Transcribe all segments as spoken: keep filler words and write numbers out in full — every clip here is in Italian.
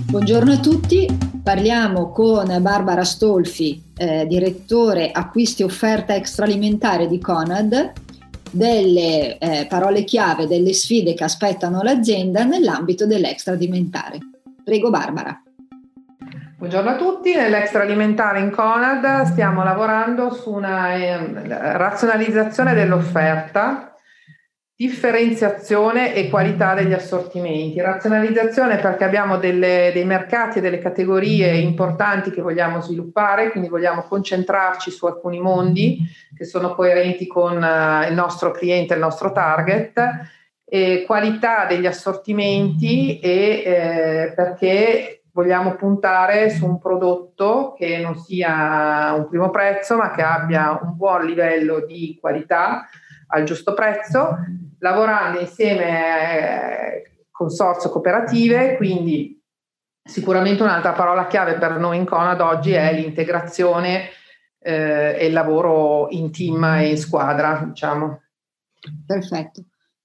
Buongiorno a tutti, parliamo con Barbara Stolfi, eh, direttore acquisti offerta extraalimentare di Conad, delle eh, parole chiave, delle sfide che aspettano l'azienda nell'ambito dell'extraalimentare. Prego Barbara. Buongiorno a tutti, nell'extraalimentare in Conad stiamo lavorando su una eh, razionalizzazione dell'offerta, differenziazione e qualità degli assortimenti. Razionalizzazione perché abbiamo delle, dei mercati e delle categorie importanti che vogliamo sviluppare, quindi vogliamo concentrarci su alcuni mondi che sono coerenti con uh, il nostro cliente, il nostro target, e qualità degli assortimenti e eh, perché vogliamo puntare su un prodotto che non sia un primo prezzo, ma che abbia un buon livello di qualità al giusto prezzo, lavorando insieme a consorzio cooperative. Quindi sicuramente un'altra parola chiave per noi in Conad oggi è l'integrazione eh, e il lavoro in team e in squadra, diciamo. Perfetto.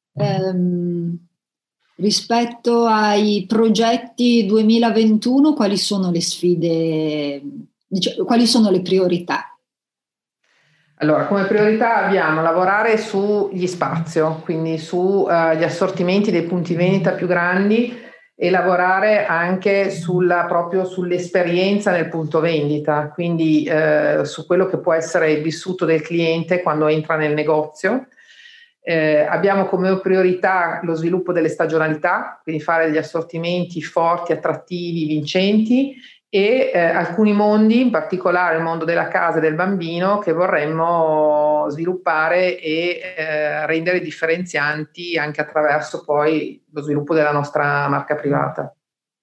Um, rispetto ai progetti duemilaventuno, quali sono le sfide, diciamo, quali sono le priorità? Allora, come priorità abbiamo lavorare sugli spazio, quindi sugli uh, assortimenti dei punti vendita più grandi e lavorare anche sulla, proprio sull'esperienza nel punto vendita, quindi uh, su quello che può essere il vissuto del cliente quando entra nel negozio. Eh, abbiamo come priorità lo sviluppo delle stagionalità, quindi fare degli assortimenti forti, attrattivi, vincenti, e eh, alcuni mondi, in particolare il mondo della casa e del bambino, che vorremmo sviluppare e eh, rendere differenzianti anche attraverso poi lo sviluppo della nostra marca privata.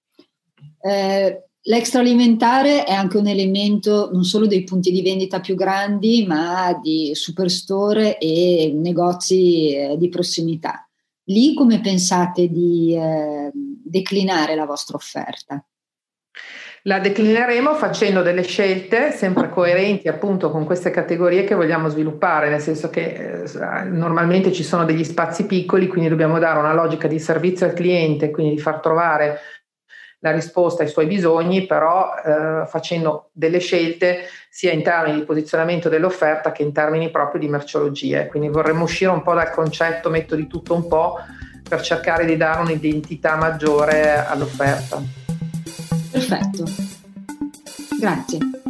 Eh, l'extraalimentare è anche un elemento non solo dei punti di vendita più grandi, ma di superstore e negozi eh, di prossimità. Lì come pensate di eh, declinare la vostra offerta? La declineremo facendo delle scelte sempre coerenti appunto con queste categorie che vogliamo sviluppare, nel senso che eh, normalmente ci sono degli spazi piccoli, quindi dobbiamo dare una logica di servizio al cliente, quindi di far trovare la risposta ai suoi bisogni, però eh, facendo delle scelte sia in termini di posizionamento dell'offerta che in termini proprio di merceologie. Quindi vorremmo uscire un po' dal concetto metto di tutto un po' per cercare di dare un'identità maggiore all'offerta. Perfetto, grazie.